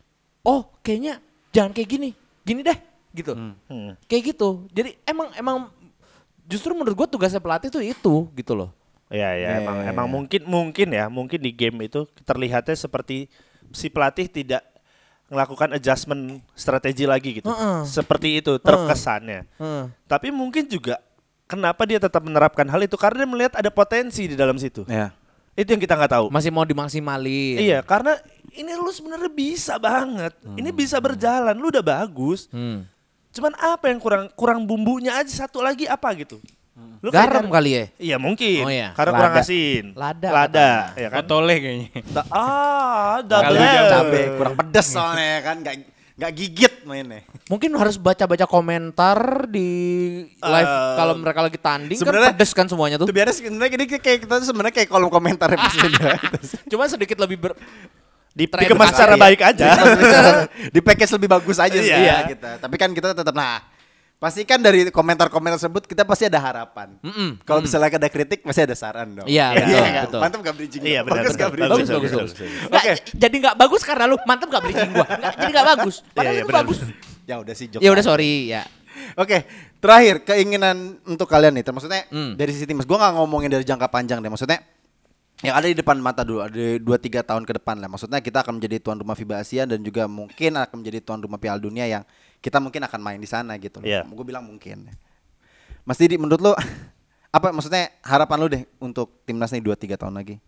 oh kayaknya jangan kayak gini, gini deh gitu. Hmm. Kayak gitu. Jadi emang emang justru menurut gua tugasnya pelatih tuh itu gitu loh. Iya, iya, Iya, emang iya, emang iya. mungkin mungkin ya, mungkin di game itu terlihatnya seperti si pelatih tidak melakukan adjustment strategi lagi gitu. Heeh. Seperti itu terkesannya. Heeh. Tapi mungkin juga kenapa dia tetap menerapkan hal itu karena dia melihat ada potensi di dalam situ. Ya. Itu yang kita nggak tahu. Masih mau dimaksimalin. Iya, karena ini lu sebenarnya bisa banget. Ini bisa berjalan, lu udah bagus. Hmm. Cuman apa yang kurang kurang bumbunya aja satu lagi apa gitu. Lu kayak Garam nyari- kali ya. Iya mungkin. Oh iya. Karena kurang Lada. asin. Lada Lada, ya kan? Kotole kayaknya. Ta- ah, Kalau double. dia Cabe kurang pedes soalnya kan, nggak nggak gigit mainnya. Mungkin harus baca-baca komentar di live Eh, kalau mereka lagi tanding kan sebenarnya- pedes kan semuanya tuh. Itu biasa sebenarnya ini kayak kita tuh sebenarnya kayak kolom komentar episode. Cuma sedikit lebih ber Di, Teredukasi. dikemas secara Iya. baik aja. Di package lebih bagus aja sih Iya. ya kita. Tapi kan kita tetap nah pastikan dari komentar-komentar tersebut kita pasti ada harapan. Mm-mm. Kalau misalnya ada kritik pasti ada saran dong. Iya, Iya, betul, kan? betul. Mantap gak bridging? Iya, benar, Bagus benar. gak bridging? Bagus, Betul, bagus, betul, bagus. betul, betul. Nggak, Oke. jadi nggak bagus karena lu mantep nggak bridging gua. Nggak, jadi nggak bagus. Padahal Iya, iya, itu benar, bagus. Ya udah sih Jok. Ya udah sorry ya. Oke, terakhir keinginan untuk kalian nih, maksudnya Hmm. dari sisi timnas. Gue nggak ngomongin dari jangka panjang deh, maksudnya yang ada di depan mata dulu, ada dua tiga tahun ke depan lah. Maksudnya kita akan menjadi tuan rumah FIBA Asia dan juga mungkin akan menjadi tuan rumah Piala Dunia yang kita mungkin akan main di sana gitu. Iya. Gue bilang mungkin. Mas Didi, menurut lo apa maksudnya harapan lo deh untuk timnas nih dua tiga tahun lagi?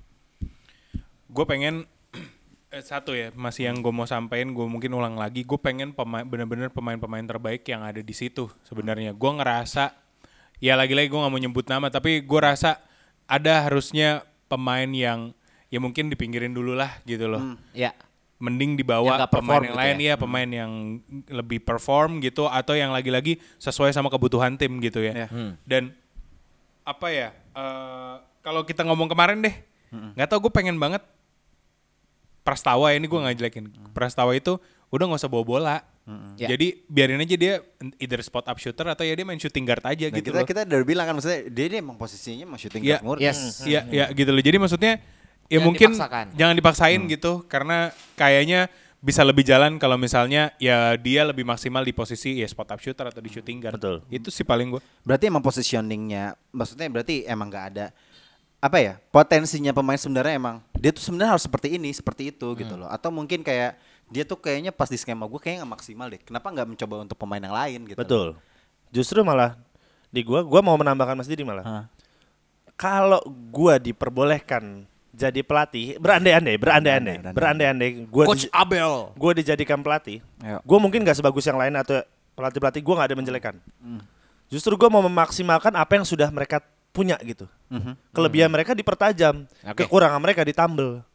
Gue pengen eh, satu ya masih yang gue mau sampaikan, gue mungkin ulang lagi, gue pengen pemain bener-bener pemain-pemain terbaik yang ada di situ sebenarnya. Gue ngerasa ya lagi-lagi gue nggak mau nyebut nama, tapi gue rasa ada harusnya pemain yang ya mungkin dipinggirin dulu lah gitu loh. Ya. Mending Yang dibawa nggak pemain perform yang gitu lain ya. ya, pemain yang lebih perform gitu atau yang lagi-lagi sesuai sama kebutuhan tim gitu ya. Ya. Hmm. Dan apa ya? eh, kalau kita ngomong kemarin deh, nggak tahu gue pengen banget Prastawa ini gue nggak jelekin. Prastawa itu udah nggak usah bawa bola. Ya. Jadi biarin aja dia either spot up shooter atau ya dia main shooting guard aja Nah, gitu kita loh. kita udah bilang kan maksudnya dia ini emang posisinya mau shooting Ya, guard murni. Yes. Iya, ya gitu loh. Jadi maksudnya ya Jangan mungkin dipaksakan. jangan dipaksain gitu karena kayaknya bisa lebih jalan kalau misalnya ya dia lebih maksimal di posisi ya spot up shooter atau di shooting guard. Betul. Itu sih paling gue. Berarti emang positioningnya, maksudnya berarti emang nggak ada apa ya potensinya pemain sebenarnya emang dia tuh sebenarnya harus seperti ini, seperti itu hmm. gitu loh. Atau mungkin kayak dia tuh kayaknya pas di skema gue kayaknya nggak maksimal deh. Kenapa nggak mencoba untuk pemain yang lain gitu? Betul. Loh. Justru malah di gue, gue mau menambahkan Mas Didi malah. Huh? Kalau gue diperbolehkan jadi pelatih, berandai-andai, berandai-andai, berandai-andai, gue Coach di, Abel, gue dijadikan pelatih, gue mungkin nggak sebagus yang lain atau pelatih-pelatih gue nggak ada menjelekan. Hmm. Justru gue mau memaksimalkan apa yang sudah mereka punya gitu, hmm. kelebihan hmm. mereka dipertajam, okay. kekurangan mereka ditambal.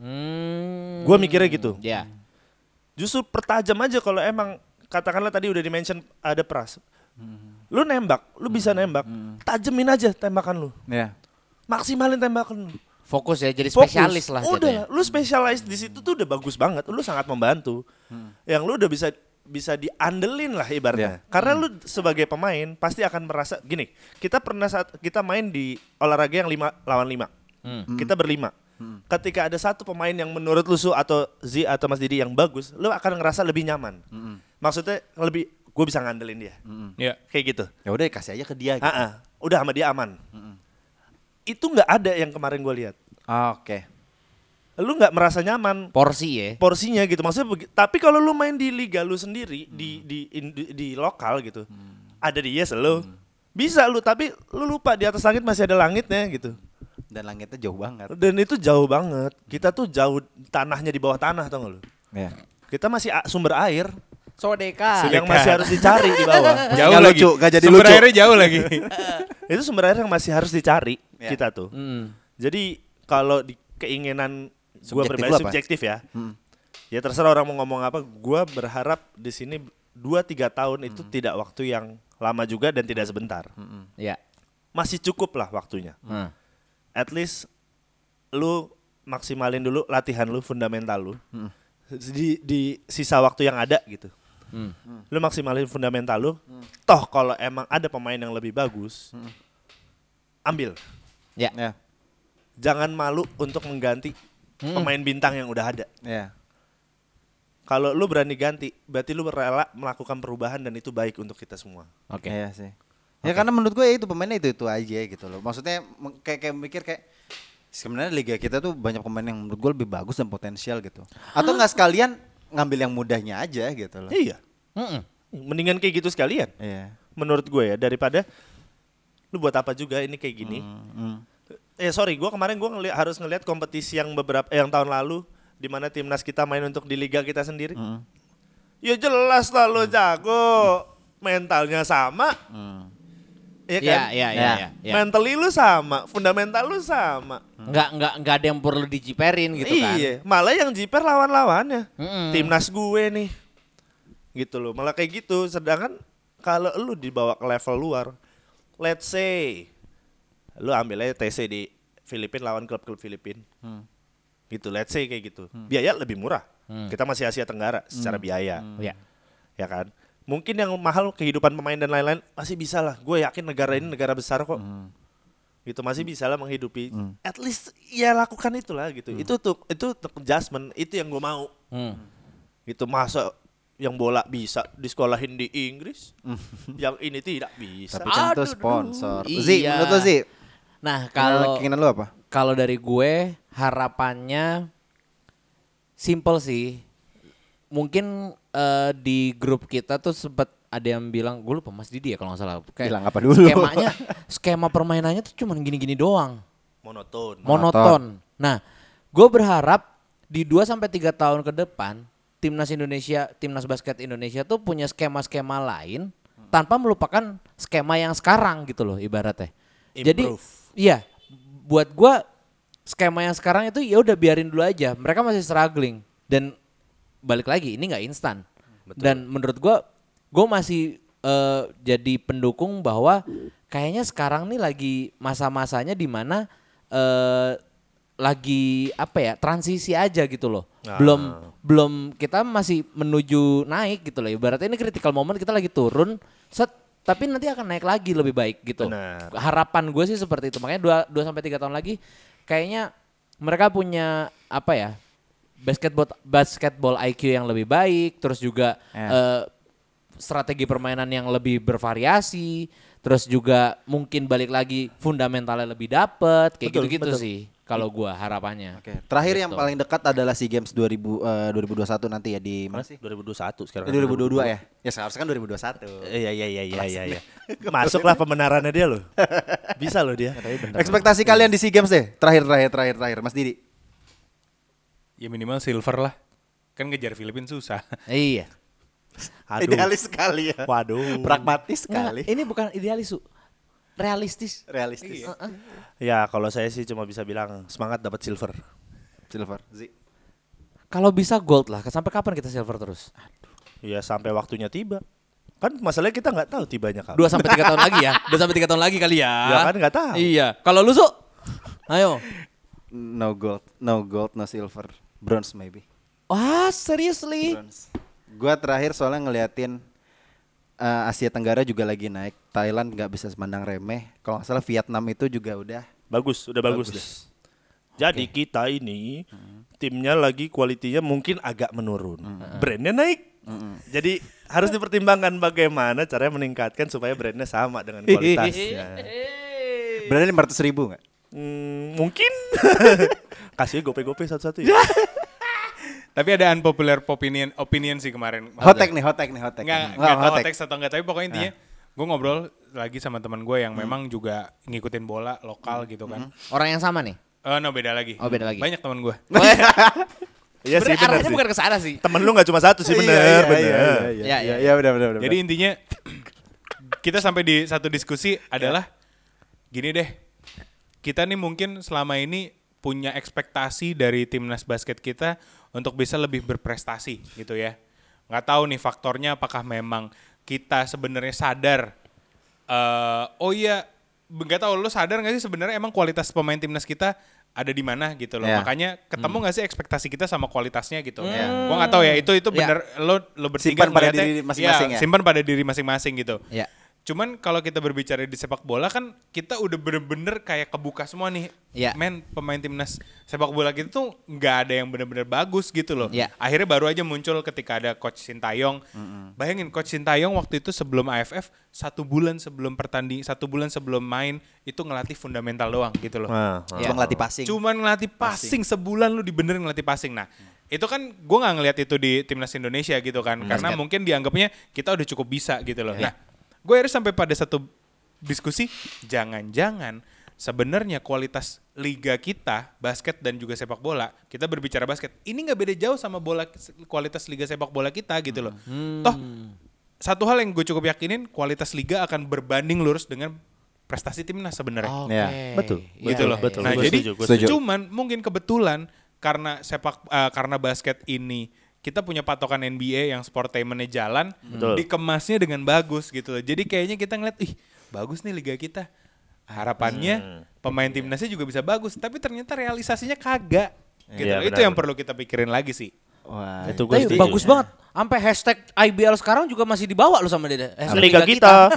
Hmm. Gue mikirnya gitu. Yeah. Justru pertajam aja kalau emang katakanlah tadi udah di-mention ada Pras, hmm. lu nembak, lu bisa nembak, hmm. tajemin aja tembakan lu, yeah. maksimalin tembakan lu. Fokus ya, jadi spesialis lah. Udah, jatuhnya. Lu spesialis di situ tuh udah bagus banget. Lu sangat membantu. Hmm. Yang lu udah bisa bisa diandelin lah ibaratnya. Yeah. Karena hmm. lu sebagai pemain pasti akan merasa gini. Kita pernah saat kita main di olahraga yang lima lawan lima. Hmm. Kita berlima. Hmm. Ketika ada satu pemain yang menurut lu Su atau Z atau Mas Didi yang bagus, lu akan ngerasa lebih nyaman. Hmm. Maksudnya lebih, gue bisa ngandelin dia. Hmm. Yeah. Kayak gitu. Ya udah kasih aja ke dia. Gitu. Ha-ha. Udah sama dia aman. Hmm. Itu nggak ada yang kemarin gue lihat. Oh, Oke. Okay. Lu nggak merasa nyaman. Porsi ya. Porsinya gitu. Maksudnya, begi- tapi kalau lu main di liga lu sendiri, hmm. di, di, in, di di lokal gitu, hmm. ada di yes lu, hmm. bisa lu. Tapi lu lupa di atas langit masih ada langitnya gitu. Dan langitnya jauh banget. Dan itu jauh banget. Kita tuh jauh tanahnya di bawah tanah, tau gak lu? Yeah. Kita masih a- sumber air. Sodeka. Yang masih harus dicari di bawah. Jauh gak lagi. Lucu, gak jadi sumber lucu. airnya jauh lagi. Itu sumber air yang masih harus dicari yeah. kita tuh. Hmm. Jadi kalau di keinginan gue pribadi subjektif ya, hmm. ya terserah orang mau ngomong apa. Gue berharap di sini dua tiga tahun itu hmm. tidak waktu yang lama juga dan tidak sebentar. Hmm. Ya, masih cukup lah waktunya. Hmm. At least lu maksimalin dulu latihan lu, fundamental lu. Hmm. Di, di sisa waktu yang ada gitu. Hmm. Lu maksimalin fundamental lu. Hmm. Toh kalau emang ada pemain yang lebih bagus, hmm. ambil. Ya. Yeah. Jangan malu untuk mengganti hmm. pemain bintang yang udah ada. Yeah. Kalau lu berani ganti, berarti lu rela melakukan perubahan dan itu baik untuk kita semua. Oke. Okay. Iya sih. Ya okay. Karena menurut gue ya itu pemainnya itu itu aja gitu loh. Maksudnya kayak kayak mikir kayak sebenarnya liga kita tuh banyak pemain yang menurut gue lebih bagus dan potensial gitu. Atau nggak sekalian ngambil yang mudahnya aja gitu loh. Iya. Mm-mm. Mendingan kayak gitu sekalian. Iya. Menurut gue ya daripada lu buat apa juga ini kayak gini. Mm, mm. Eh sorry, gue kemarin gue ngeli- harus ngelihat kompetisi yang beberapa eh, yang tahun lalu di mana timnas kita main untuk di liga kita sendiri. Mm. Ya jelas lah lu mm. jago, mentalnya sama. Mm. Iya kan? Iya, iya, iya, ya. ya. Mentally lu sama, fundamental lu sama. Enggak, enggak, enggak ada yang perlu dijiperin gitu kan. Iya, malah yang jiper lawan-lawannya. Mm-mm. Timnas gue nih. Gitu loh, malah kayak gitu. Sedangkan kalau lu dibawa ke level luar, let's say lu ambil aja T C di Filipina lawan klub-klub Filipina. Hmm. Gitu, let's say kayak gitu. Hmm. Biaya lebih murah. Hmm. Kita masih Asia Tenggara secara hmm. biaya. Hmm. Ya. Ya kan? Mungkin yang mahal kehidupan pemain dan lain-lain masih bisa lah. Gue yakin negara ini negara besar kok. Hmm. Gitu masih bisa lah menghidupi. Hmm. At least ya lakukan itulah gitu. Hmm. Itu tuh itu adjustment, itu yang gue mau. Hmm. Gitu masa yang bola bisa disekolahin di Inggris, yang ini tidak bisa. Tapi kan itu sponsor. Iya. Zi, menurut lo Zi? Nah kalau keinginan lu apa? Kalau dari gue harapannya simple sih. Mungkin uh, di grup kita tuh sempat ada yang bilang, gue lupa Mas Didi ya kalau nggak salah. Kayak bilang apa dulu? Skemanya, skema permainannya tuh cuma gini-gini doang. Monoton. Monoton. Nah, gue berharap di dua sampai tiga tahun ke depan timnas Indonesia, timnas basket Indonesia tuh punya skema-skema lain hmm. tanpa melupakan skema yang sekarang gitu loh ibaratnya. Improve. Jadi, iya, buat gue skema yang sekarang itu ya udah biarin dulu aja. Mereka masih struggling dan balik lagi ini nggak instan. Betul. Dan menurut gue, gue masih uh, jadi pendukung bahwa kayaknya sekarang nih lagi masa-masanya di mana uh, lagi apa ya transisi aja gitu loh. Ah. Belum belum kita masih menuju naik gitu loh. Ibaratnya ini critical moment kita lagi turun, set tapi nanti akan naik lagi lebih baik gitu. Benar. Harapan gue sih seperti itu. Makanya dua sampai tiga tahun lagi kayaknya mereka punya apa ya? basketball basketball I Q yang lebih baik, terus juga Ya. eh, strategi permainan yang lebih bervariasi, terus juga mungkin balik lagi fundamentalnya lebih dapet, kayak Betul, gitu-gitu betul. sih kalau gua harapannya. Oke. Terakhir yang Gitu. paling dekat adalah SEA Games dua ribu, eh, dua ribu dua puluh satu nanti ya di mana sih? dua ribu dua puluh satu sekarang. Eh, dua ribu dua puluh dua ya? Ya seharusnya kan dua ribu dua puluh satu. Iya iya iya iya iya. iya. Masuklah pembenarannya dia loh. Bisa loh dia. Ekspektasi kalian di SEA Games deh. Terakhir terakhir terakhir terakhir Mas Didi. Ya minimal silver lah. Kan ngejar Filipina susah. Iya. Aduh. Idealis sekali ya. Waduh. Pragmatis Nggak, sekali. ini bukan idealis, Su. Realistis. Realistis. Ya kalau saya sih cuma bisa bilang semangat dapat silver. Silver. Zi. Kalau bisa gold lah. Sampai kapan kita silver terus? Ya sampai waktunya tiba. Kan masalahnya kita nggak tahu tibanya kapan. Dua sampai tiga tahun lagi ya. Dua sampai tiga tahun lagi kali ya. Ya kan nggak tahu. Iya. Kalau lu, Su? Ayo. No gold, no gold, no silver. Bronze maybe. Wah, seriously? Bronze. Gua terakhir soalnya ngeliatin eh, Asia Tenggara juga lagi naik. Thailand nggak bisa semandang remeh. Kalau nggak salah Vietnam itu juga udah. Bagus, udah bagus, deh. Jadi kita ini timnya lagi kualitinya mungkin agak menurun. Brandnya naik. Jadi harus dipertimbangkan bagaimana caranya meningkatkan supaya brandnya sama dengan kualitasnya. Berarti lima ratus ribu nggak? Hmm, mungkin. Kasih gope-gope satu-satu ya. Tapi ada unpopular opinion opinion sih kemarin. Hotek nih, hotek nih, hotek. Enggak, Nggak, enggak tahu hotek. teks atau enggak, tapi pokoknya intinya gue ngobrol lagi sama teman gue yang memang juga ngikutin bola lokal gitu kan. Orang yang sama nih? Eh no beda lagi. Oh, beda lagi. Banyak teman gue. Iya sih Sebenarnya benar arahnya sih. bukan ke sana sih. Temen lu gak cuma satu sih benar, Iya, iya, benar. iya, Iya, iya, iya. iya, iya, benar, benar, benar. Jadi intinya kita sampai di satu diskusi adalah gini deh. Kita nih mungkin selama ini punya ekspektasi dari timnas basket kita untuk bisa lebih berprestasi gitu ya. Nggak tahu nih faktornya apakah memang kita sebenarnya sadar. eh oh iya, nggak tahu lu sadar nggak sih sebenarnya emang kualitas pemain timnas kita ada di mana gitu loh. Ya. Makanya ketemu nggak sih ekspektasi kita sama kualitasnya gitu. Ya. Gua nggak tahu ya itu itu Ya. bener lo lo bertiga Simpan pada ngeliatnya- diri masing-masing ya? Simpan pada diri masing-masing gitu. Ya. Cuman kalau kita berbicara di sepak bola kan kita udah bener-bener kayak kebuka semua nih. Iya. Men pemain timnas sepak bola kita tuh nggak ada yang bener-bener bagus gitu loh. Iya. Akhirnya baru aja muncul ketika ada Coach Sintayong. Bayangin Coach Sintayong waktu itu sebelum A F F satu bulan sebelum pertanding, satu bulan sebelum main itu ngelatih fundamental doang gitu loh. Nah, Cuma ngelatih passing. Cuman ngelatih passing sebulan lu dibenerin ngelatih passing. Nah, itu kan gue nggak ngeliat itu di timnas Indonesia gitu kan, karena mungkin dianggapnya kita udah cukup bisa gitu loh. Nah, gue harus sampai pada satu diskusi, jangan-jangan sebenarnya kualitas liga kita basket dan juga sepak bola, kita berbicara basket, ini nggak beda jauh sama bola kualitas liga sepak bola kita gitu loh. Toh satu hal yang gue cukup yakinin, kualitas liga akan berbanding lurus dengan prestasi timnas sebenarnya. Oke. Ya, betul. Gitu Iya, loh. iya, betul. Nah, Gua jadi setuju, gua setuju. cuman mungkin kebetulan karena sepak eh, karena basket ini kita punya patokan N B A yang sportainment-nya jalan, Betul. dikemasnya dengan bagus gitu loh. Jadi kayaknya kita ngeliat, ih bagus nih liga kita. Harapannya pemain timnasnya juga bisa bagus, tapi ternyata realisasinya kagak. Gitu Iya, loh. Itu benar. yang perlu kita pikirin lagi sih. Wah. Itu gue Tapi setuju. bagus banget. Sampai hashtag I B L sekarang juga masih dibawa lu sama dia. Hashtag Liga kita.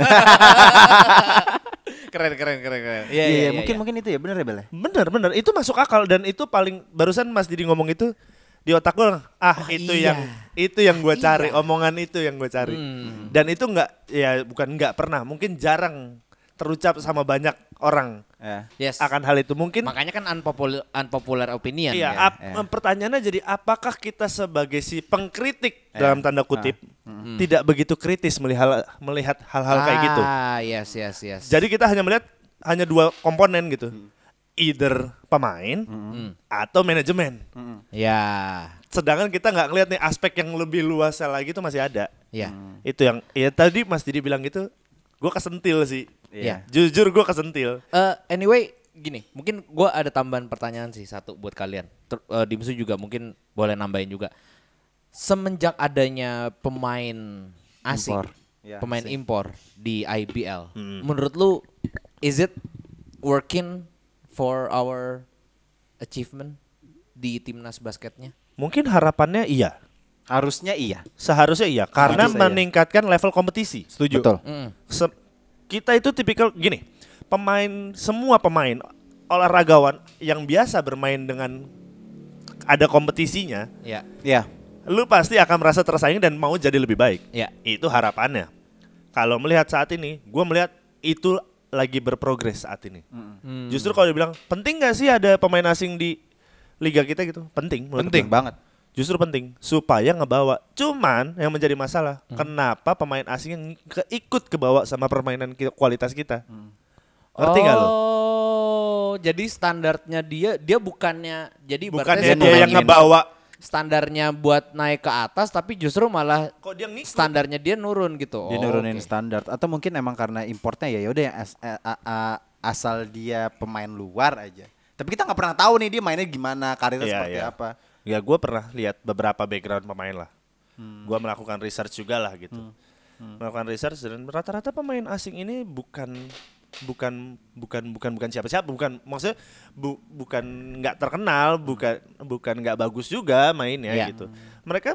keren keren keren keren. Iya, iya, mungkin mungkin itu ya benar ya Bel. ya? Bener bener itu masuk akal dan itu paling barusan Mas Didi ngomong itu di otak gue ah Ah, itu iya. yang itu yang gue cari omongan itu yang gue cari Hmm. dan itu nggak ya bukan nggak pernah mungkin jarang terucap sama banyak orang Ya. Yes. akan hal itu mungkin Makanya kan unpopular unpopular opinion. iya ya. ap- ya. pertanyaannya jadi apakah kita sebagai si pengkritik Ya. dalam tanda kutip tidak begitu kritis melihat melihat hal-hal kayak gitu Ah, yes yes yes. jadi kita hanya melihat hanya dua komponen gitu either pemain Hmm. atau manajemen. Ya. Sedangkan kita nggak ngelihat nih aspek yang lebih luas lagi itu masih ada. Ya. Itu yang ya tadi Mas Didi bilang gitu, gue kesentil sih. Iya. Jujur gue kesentil. Eh, anyway, gini, mungkin gua ada tambahan pertanyaan sih satu buat kalian. Ter, eh, Dimsu juga mungkin boleh nambahin juga. Semenjak adanya pemain asing, Impor. Ya, pemain asing. impor di I B L, Hmm. menurut lu is it working for our achievement di timnas basketnya? Mungkin harapannya iya, Harusnya iya. seharusnya iya karena Harusnya iya. meningkatkan level kompetisi. Setuju. Betul. Mm. Se- kita itu tipikal gini, pemain semua pemain olahragawan yang biasa bermain dengan ada kompetisinya, Ya. Iya. lu pasti akan merasa tersaing dan mau jadi lebih baik. Ya. Itu harapannya. Kalau melihat saat ini, gue melihat itu lagi berprogres saat ini. Hmm. Justru kalau dibilang penting nggak sih ada pemain asing di liga kita gitu? Penting. menurut Penting gua. banget. Justru penting supaya ngebawa. Cuman yang menjadi masalah, Hmm. kenapa pemain asing yang ke- ikut kebawa sama permainan kita, kualitas kita? Ngerti nggak lo? Oh, jadi standarnya dia dia bukannya jadi Bukannya ibaratnya dia pemain yang ini ngebawa. standarnya buat naik ke atas, tapi justru malah Kok dia ngikut? standarnya dia nurun gitu. Dia Oh, nurunin oke. standar atau mungkin emang karena importnya ya yaudah yang as- a- a- a- asal dia pemain luar aja. Tapi kita nggak pernah tahu nih dia mainnya gimana, karirnya Iya, seperti iya. apa. Ya gue pernah lihat beberapa background pemain lah. Gue melakukan research juga lah gitu. Melakukan research dan rata-rata pemain asing ini bukan bukan bukan bukan bukan siapa-siapa, bukan maksudnya bu, bukan nggak terkenal, bukan bukan nggak bagus juga mainnya Iya. gitu. Mereka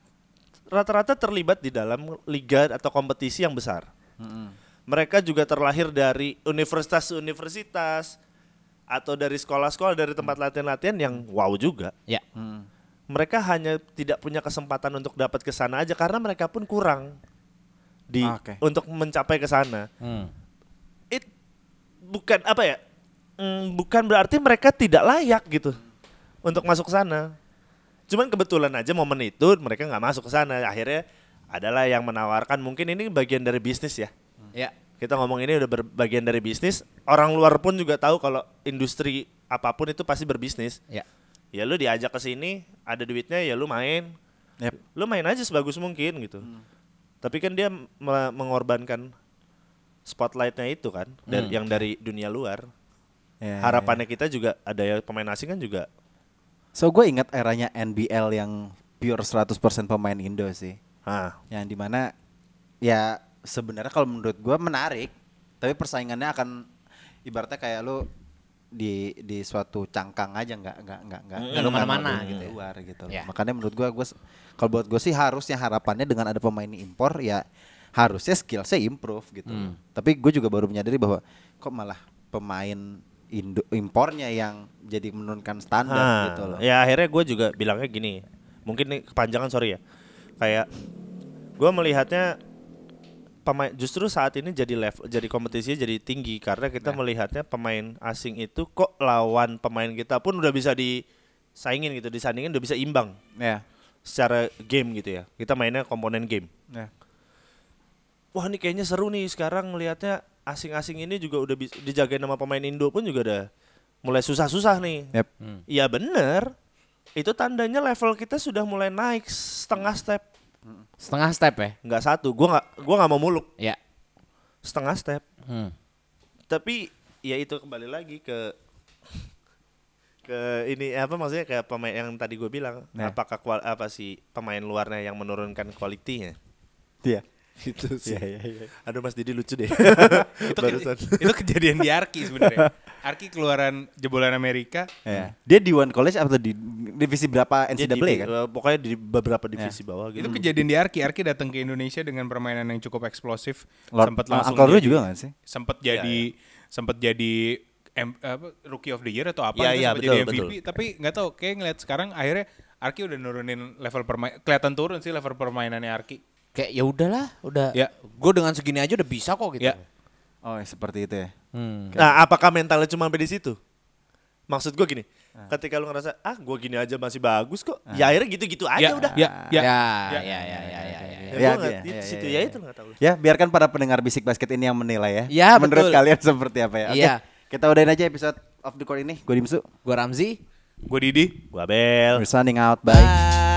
rata-rata terlibat di dalam liga atau kompetisi yang besar. Mereka juga terlahir dari universitas-universitas atau dari sekolah-sekolah, dari tempat latihan-latihan yang wow juga. Ya. Mereka hanya tidak punya kesempatan untuk dapat ke sana aja karena mereka pun kurang di Ah, oke. untuk mencapai ke sana. Hmm. It bukan apa ya? mm, bukan berarti mereka tidak layak gitu untuk masuk ke sana. Cuman kebetulan aja momen itu mereka nggak masuk ke sana. Akhirnya adalah yang menawarkan, mungkin ini bagian dari bisnis ya. Ya. Kita ngomong ini udah bagian dari bisnis. Orang luar pun juga tahu kalau industri apapun itu pasti berbisnis. Ya. Ya lu diajak ke sini, ada duitnya ya lu main. Yep. Lu main aja sebagus mungkin gitu. Tapi kan dia me- mengorbankan spotlightnya itu kan, dari, Hmm. yang dari dunia luar. Ya, Harapannya kita juga ada ya pemain asing kan juga. So gue ingat eranya N B L yang pure seratus persen pemain Indo sih. Nah, Yang dimana ya sebenarnya kalau menurut gue menarik, tapi persaingannya akan ibaratnya kayak lu di di suatu cangkang aja nggak nggak nggak nggak Mm, nggak lu kemana-mana nggak mau gitu ya. keluar gitu loh. Ya. Makanya menurut gue gue kalau buat gue sih harusnya harapannya dengan ada pemain impor ya harusnya skillsnya improve gitu. Hmm. Tapi gue juga baru menyadari bahwa kok malah pemain Indo impornya yang jadi menurunkan standar Nah, gitu loh. ya akhirnya gue juga bilangnya gini, mungkin nih kepanjangan sorry ya, kayak gue melihatnya pemain justru saat ini jadi level, jadi kompetisinya jadi tinggi karena kita melihatnya pemain asing itu kok lawan pemain kita pun udah bisa disaingin gitu, disandingin udah bisa imbang Ya. secara game gitu ya. Kita mainnya komponen game. Ya. Wah ini kayaknya seru nih sekarang ngelihatnya asing-asing ini juga udah bisa dijagain sama pemain Indo pun juga udah mulai susah-susah nih. Yep. Iya bener, itu tandanya level kita sudah mulai naik setengah step, Setengah step ya. nggak satu. Gua nggak, gua nggak mau muluk, Ya. setengah step. Hmm. Tapi ya itu kembali lagi ke ke ini apa maksudnya kayak pemain yang tadi gue bilang, Nah. apakah kual, apa sih pemain luarnya yang menurunkan kualitinya? Iya. Itu sih. Iya, iya, iya. Aduh Mas Didi lucu deh. itu, Barusan. itu kejadian di Arki sebenarnya. Arki keluaran jebolan Amerika. Ya. Dia di One College atau di divisi berapa N C Dia A A di- kan? eh, pokoknya di beberapa divisi bawah gitu. Itu kejadian di Arki. Arki datang ke Indonesia dengan permainan yang cukup eksplosif. Lord- Sempat langsung Uncle Ru jadi- juga nggak sih? Sempat jadi sempat jadi M- apa, Rookie of the Year atau apa Iya, gitu, iya, sempat betul, jadi M V P. betul. Tapi nggak tahu, kayak ngeliat sekarang akhirnya Arki udah nurunin level permain, kelihatan turun sih level permainannya Arki. Kayak ya udahlah, udah. Ya. Gue dengan segini aja udah bisa kok gitu. Ya. Oh, seperti itu ya. Hmm. Nah, apakah mentalnya cuma sampai di situ? Maksud gue gini, ketika lu ngerasa ah gue gini aja masih bagus kok, ya akhirnya gitu-gitu aja Ya, udah. ya, Ya, ya. ya, Ya. ya, ya, ya, ya, ya, Ya, Ya, gua nggak ya, di ya, situ ya, ya, ya. itu nggak tahu. Ya, biarkan para pendengar Bisik Basket ini yang menilai ya. Ya, Menurut betul. kalian seperti apa ya? Oke, Iya. kita udahin aja episode Off the Court ini. Gue Dimsu. Gue Ramzi. Gue Didi. Gua Bel. We're signing out. Bye. Bye.